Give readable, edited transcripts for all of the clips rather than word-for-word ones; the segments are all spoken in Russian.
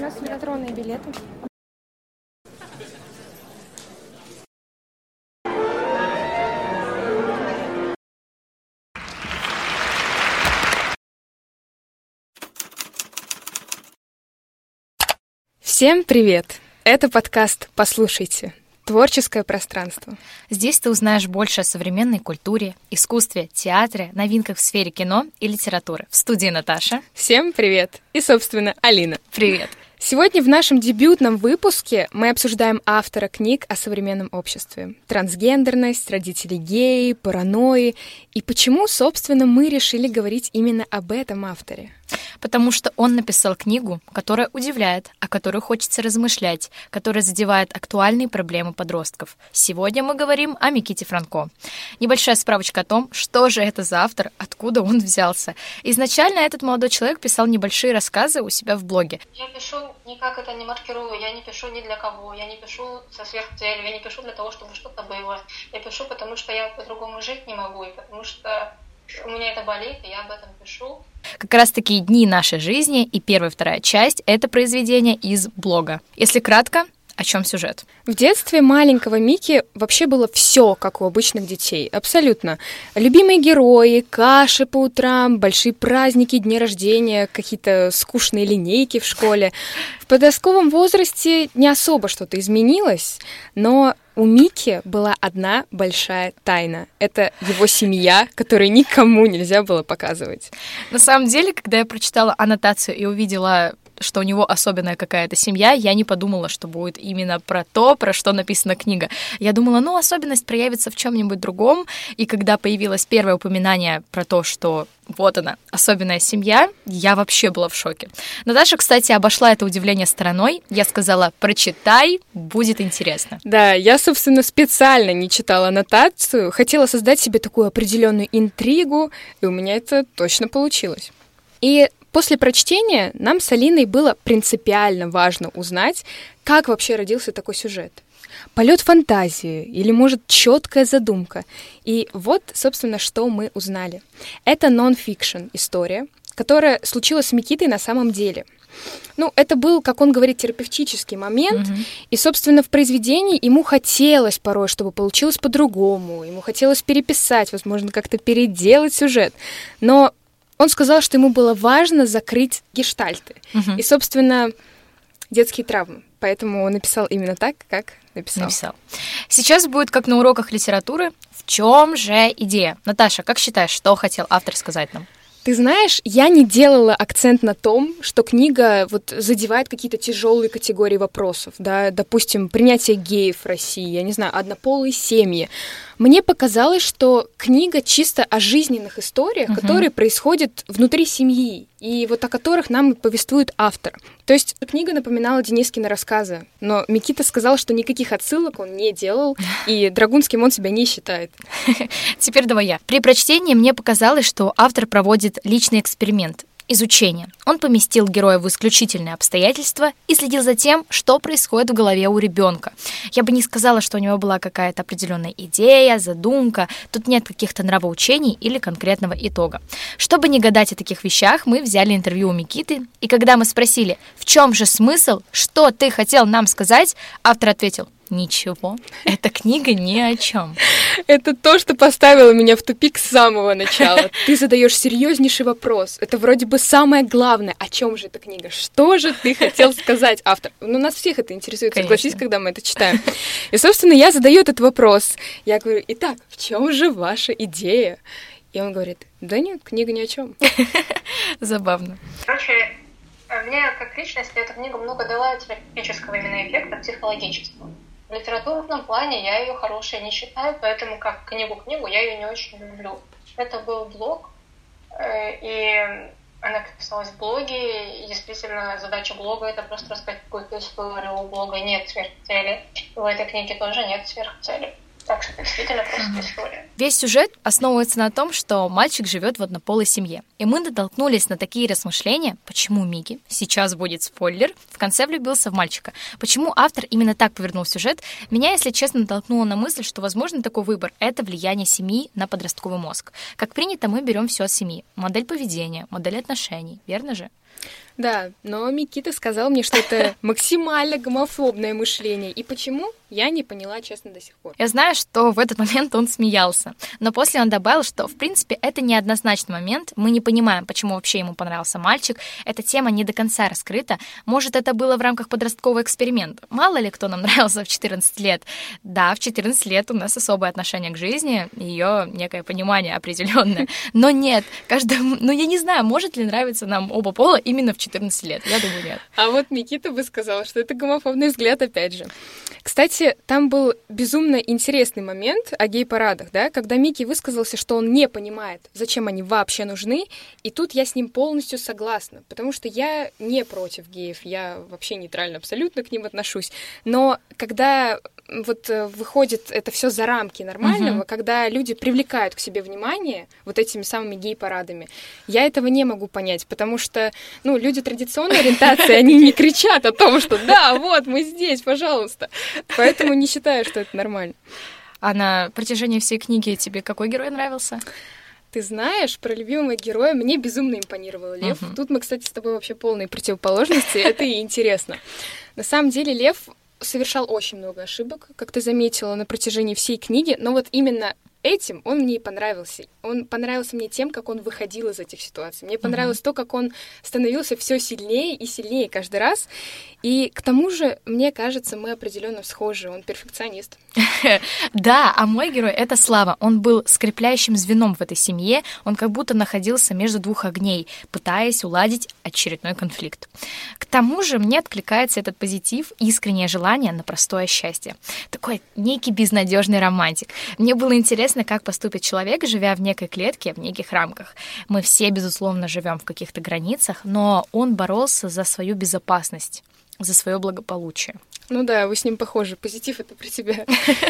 нас электронные билеты. Всем привет! Это подкаст «Послушайте». Творческое пространство. Здесь ты узнаешь больше о современной культуре, искусстве, театре, новинках в сфере кино и литературы. В студии Наташа. Всем привет! И, собственно, Алина. Привет! Сегодня в нашем дебютном выпуске мы обсуждаем автора книг о современном обществе. Трансгендерность, родители геи, паранойи. И почему, собственно, мы решили говорить именно об этом авторе? Потому что он написал книгу, которая удивляет, о которой хочется размышлять, которая задевает актуальные проблемы подростков. Сегодня мы говорим о Миките Франко. Небольшая справочка о том, что же это за автор, откуда он взялся. Изначально этот молодой человек писал небольшие рассказы у себя в блоге. Я пишу никак это не маркирую, я не пишу ни для кого, я не пишу со сверхцелью, я не пишу для того, чтобы что-то было. Я пишу, потому что я по-другому жить не могу, и потому что у меня это болит, и я об этом пишу. Как раз таки «Дни нашей жизни» и первая и вторая часть — это произведение из блога. Если кратко, о чем сюжет? В детстве маленького Мики вообще было все, как у обычных детей. Абсолютно. Любимые герои, каши по утрам, большие праздники, дни рождения, какие-то скучные линейки в школе. В подростковом возрасте не особо что-то изменилось, но у Мики была одна большая тайна. Это его семья, которую никому нельзя было показывать. На самом деле, когда я прочитала аннотацию и увидела, что у него особенная какая-то семья, я не подумала, что будет именно про то, про что написана книга. Я думала, особенность проявится в чем-нибудь другом, и когда появилось первое упоминание про то, что вот она, особенная семья, я вообще была в шоке. Наташа, кстати, обошла это удивление стороной. Я сказала, прочитай, будет интересно. Да, я, собственно, специально не читала аннотацию, хотела создать себе такую определенную интригу, и у меня это точно получилось. И после прочтения нам с Алиной было принципиально важно узнать, как вообще родился такой сюжет. Полет фантазии или, может, четкая задумка. И вот, собственно, что мы узнали. Это нон-фикшн история, которая случилась с Микитой на самом деле. Это был, как он говорит, терапевтический момент, и, собственно, в произведении ему хотелось порой, чтобы получилось по-другому, ему хотелось переписать, возможно, как-то переделать сюжет, но он сказал, что ему было важно закрыть гештальты и, собственно, детские травмы. Поэтому он написал именно так, как написал. Сейчас будет как на уроках литературы. В чем же идея? Наташа, как считаешь, что хотел автор сказать нам? Ты знаешь, я не делала акцент на том, что книга задевает какие-то тяжелые категории вопросов, да, допустим, принятие геев в России, я не знаю, однополые семьи. Мне показалось, что книга чисто о жизненных историях, которые происходят внутри семьи, и о которых нам повествует автор. То есть книга напоминала Денискины рассказы, но Микита сказал, что никаких отсылок он не делал, и драгунским он себя не считает. Теперь давай я. При прочтении мне показалось, что автор проводит личный эксперимент. Изучение. Он поместил героя в исключительные обстоятельства и следил за тем, что происходит в голове у ребенка. Я бы не сказала, что у него была какая-то определенная идея, задумка. Тут нет каких-то нравоучений или конкретного итога. Чтобы не гадать о таких вещах, мы взяли интервью у Микиты, и когда мы спросили, в чем же смысл, что ты хотел нам сказать, автор ответил: ничего, эта книга ни о чем. Это то, что поставило меня в тупик с самого начала. Ты задаешь серьезнейший вопрос. Это вроде бы самое главное. О чем же эта книга? Что же ты хотел сказать, автор? Нас всех это интересует, согласись, когда мы это читаем. И, собственно, я задаю этот вопрос. Я говорю: итак, в чем же ваша идея? И он говорит: да нет, книга ни о чем. Забавно. Короче, мне как личности эта книга много дала терапевтического именно эффекта, психологического. В литературном плане я ее хорошей не считаю, поэтому как книгу я ее не очень люблю. Это был блог, и она писалась в блоге, и действительно задача блога — это просто рассказать какую-то историю. У блога нет сверхцели, в этой книге тоже нет сверхцели. Так что действительно просто история. Весь сюжет основывается на том, что мальчик живет в однополой семье. И мы натолкнулись на такие размышления, почему Микки, сейчас будет спойлер, в конце влюбился в мальчика. Почему автор именно так повернул сюжет, меня, если честно, натолкнуло на мысль, что, возможно, такой выбор — это влияние семьи на подростковый мозг. Как принято, мы берем все от семьи. Модель поведения, модель отношений, верно же? Да, но Микита сказал мне, что это максимально гомофобное мышление. И почему? Я не поняла, честно, до сих пор. Я знаю, что в этот момент он смеялся, но после он добавил, что, в принципе, это неоднозначный момент, мы не понимаем, почему вообще ему понравился мальчик, эта тема не до конца раскрыта, может, это было в рамках подросткового эксперимента. Мало ли кто нам нравился в 14 лет. Да, в 14 лет у нас особое отношение к жизни, ее некое понимание определенное, но нет, ну я не знаю, может ли нравиться нам оба пола именно в 14 лет, я думаю, нет. А вот Микита бы сказал, что это гомофобный взгляд опять же. Кстати, там был безумно интересный момент о гей-парадах, да, когда Микки высказался, что он не понимает, зачем они вообще нужны, и тут я с ним полностью согласна, потому что я не против геев, я вообще нейтрально абсолютно к ним отношусь, но когда вот выходит это все за рамки нормального, когда люди привлекают к себе внимание вот этими самыми гей-парадами, я этого не могу понять, потому что, ну, люди традиционной ориентации, они не кричат о том, что да, вот, мы здесь, пожалуйста. Поэтому не считаю, что это нормально. А на протяжении всей книги тебе какой герой нравился? Ты знаешь, про любимого героя мне безумно импонировал Лев. Тут мы, кстати, с тобой вообще полные противоположности, это и интересно. На самом деле Лев совершал очень много ошибок, как ты заметила, на протяжении всей книги, но вот именно этим он мне и понравился. Он понравился мне тем, как он выходил из этих ситуаций. Мне понравилось то, как он становился все сильнее и сильнее каждый раз. И к тому же, мне кажется, мы определенно схожи. Он перфекционист. Да, а мой герой — это Слава. Он был скрепляющим звеном в этой семье. Он как будто находился между двух огней, пытаясь уладить очередной конфликт. К тому же мне откликается этот позитив, искреннее желание на простое счастье. Такой некий безнадежный романтик. Мне было интересно, как поступит человек, живя в некой клетке, в неких рамках. Мы все, безусловно, живем в каких-то границах, но он боролся за свою безопасность, за свое благополучие. Ну да, вы с ним похожи. Позитив — это про тебя.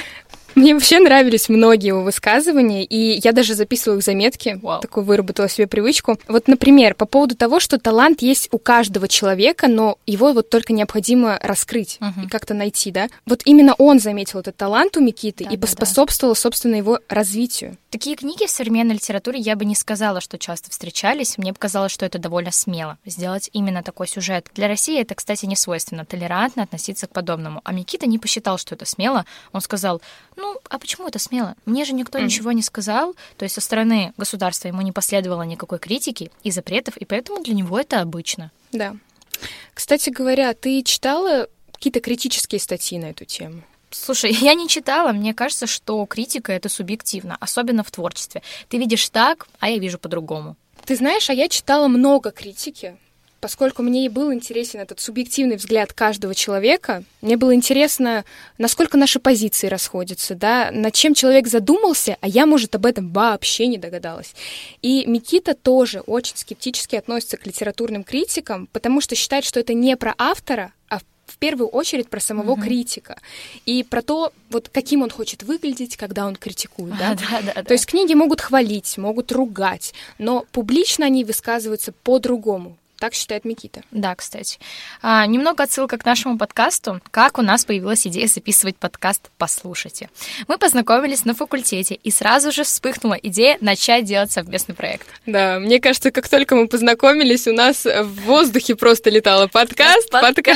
Мне вообще нравились многие его высказывания, и я даже записывала их заметки, такую выработала себе привычку. Вот, например, по поводу того, что талант есть у каждого человека, но его вот только необходимо раскрыть и как-то найти, да? Вот именно он заметил этот талант у Микиты и поспособствовал, собственно, его развитию. Такие книги в современной литературе я бы не сказала, что часто встречались. Мне показалось, что это довольно смело, сделать именно такой сюжет. Для России это, кстати, не свойственно, толерантно относиться к подобному. А Микита не посчитал, что это смело. Он сказал: ну, а почему это смело? Мне же никто ничего не сказал, то есть со стороны государства ему не последовало никакой критики и запретов, и поэтому для него это обычно. Да. Кстати говоря, ты читала какие-то критические статьи на эту тему? Слушай, я не читала, мне кажется, что критика — это субъективно, особенно в творчестве. Ты видишь так, а я вижу по-другому. Ты знаешь, а я читала много критики, поскольку мне и был интересен этот субъективный взгляд каждого человека. Мне было интересно, насколько наши позиции расходятся, да, над чем человек задумался, а я, может, об этом вообще не догадалась. И Микита тоже очень скептически относится к литературным критикам, потому что считает, что это не про автора, а в первую очередь про самого критика и про то, вот каким он хочет выглядеть, когда он критикует, да? То есть книги могут хвалить, могут ругать, но публично они высказываются по-другому. Так считает Микита. Да, кстати. Немного отсылка к нашему подкасту. Как у нас появилась идея записывать подкаст «Послушайте». Мы познакомились на факультете, и сразу же вспыхнула идея начать делать совместный проект. Да, мне кажется, как только мы познакомились, у нас в воздухе просто летало подкаст.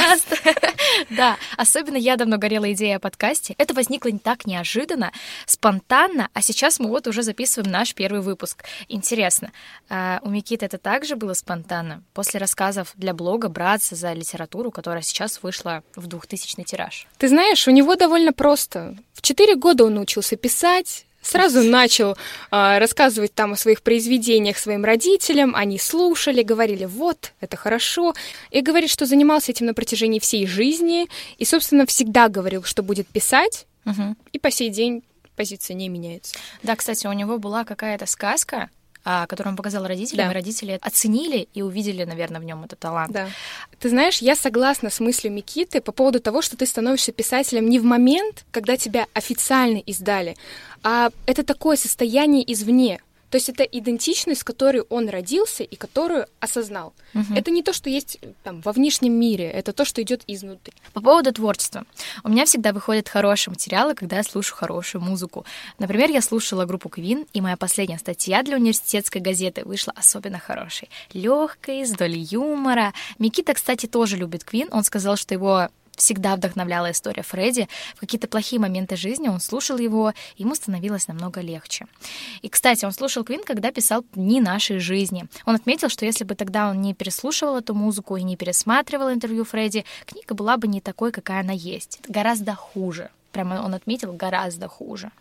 Да, особенно я давно горела идеей о подкасте. Это возникло не так неожиданно, спонтанно, а сейчас мы вот уже записываем наш первый выпуск. Интересно, у Микиты это также было спонтанно? После рассказов для блога браться за литературу, которая сейчас вышла в 2000-й тираж? Ты знаешь, у него довольно просто. В 4 года он научился писать, сразу начал рассказывать там о своих произведениях своим родителям, они слушали, говорили: вот, это хорошо, и говорит, что занимался этим на протяжении всей жизни, и, собственно, всегда говорил, что будет писать, и по сей день позиция не меняется. Да, кстати, у него была какая-то сказка, которую он показал родителям, и родители оценили и увидели, наверное, в нем этот талант. Да. Ты знаешь, я согласна с мыслью Микиты по поводу того, что ты становишься писателем не в момент, когда тебя официально издали, а это такое состояние извне. То есть это идентичность, с которой он родился и которую осознал. Это не то, что есть там во внешнем мире, это то, что идет изнутри. По поводу творчества. У меня всегда выходят хорошие материалы, когда я слушаю хорошую музыку. Например, я слушала группу Queen, и моя последняя статья для университетской газеты вышла особенно хорошей. Легкой, с долей юмора. Микита, кстати, тоже любит Queen. Он сказал, что его всегда вдохновляла история Фредди. В какие-то плохие моменты жизни он слушал его, и ему становилось намного легче. И, кстати, он слушал Queen, когда писал «Дни нашей жизни». Он отметил, что если бы тогда он не переслушивал эту музыку и не пересматривал интервью Фредди, книга была бы не такой, какая она есть. Гораздо хуже. Прямо он отметил, гораздо хуже.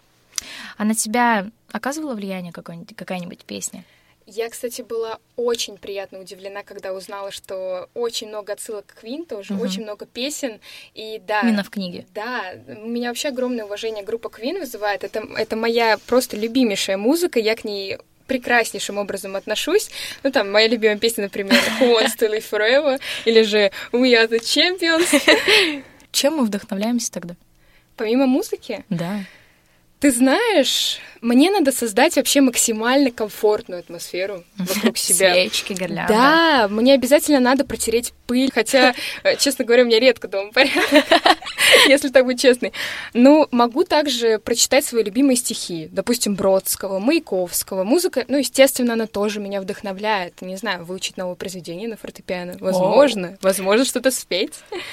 А на тебя оказывало влияние какая-нибудь песня? Я, кстати, была очень приятно удивлена, когда узнала, что очень много отсылок к Queen тоже, очень много песен. И да, именно в книге. Да, у меня вообще огромное уважение группа Queen вызывает. Это моя просто любимейшая музыка, я к ней прекраснейшим образом отношусь. Ну, там, моя любимая песня, например, Who Wants to Live Forever, или же We Are the Champions. Чем мы вдохновляемся тогда? Помимо музыки? Да. Ты знаешь, мне надо создать вообще максимально комфортную атмосферу вокруг себя. Свечки, гирлянда. Да, мне обязательно надо протереть пыль, хотя, честно говоря, у меня редко дома порядок, если так быть честной. Но могу также прочитать свои любимые стихи, допустим, Бродского, Маяковского. Музыка, ну, естественно, она тоже меня вдохновляет. Не знаю, выучить новое произведение на фортепиано. Возможно, что-то спеть.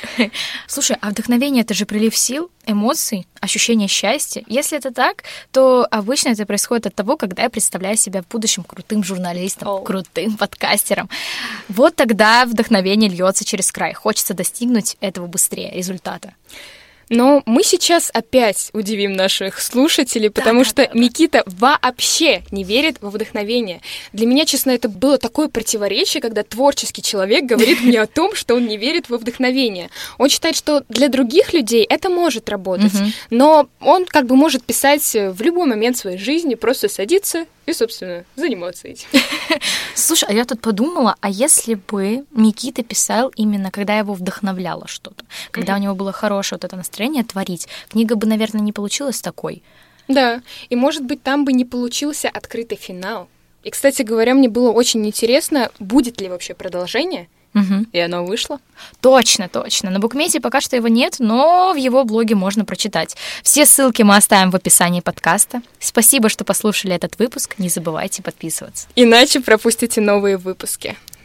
Слушай, а вдохновение — это же прилив сил, эмоций, ощущение счастья. Если это так, то обычно это происходит от того, когда я представляю себя в будущем крутым журналистом, крутым подкастером. Вот тогда вдохновение льется через край. Хочется достигнуть этого быстрее, результата. Но мы сейчас опять удивим наших слушателей, потому что Микита вообще не верит во вдохновение. Для меня, честно, это было такое противоречие, когда творческий человек говорит мне о том, что он не верит во вдохновение. Он считает, что для других людей это может работать, но он как бы может писать в любой момент своей жизни, просто садиться и, собственно, заниматься этим. Слушай, а я тут подумала, а если бы Микита писал именно, когда его вдохновляло что-то, когда у него было хорошее вот это настроение творить, книга бы, наверное, не получилась такой. Да, и, может быть, там бы не получился открытый финал. И, кстати говоря, мне было очень интересно, будет ли вообще продолжение, и оно вышло. Точно. На Букмете пока что его нет, но в его блоге можно прочитать. Все ссылки мы оставим в описании подкаста. Спасибо, что послушали этот выпуск. Не забывайте подписываться. Иначе пропустите новые выпуски.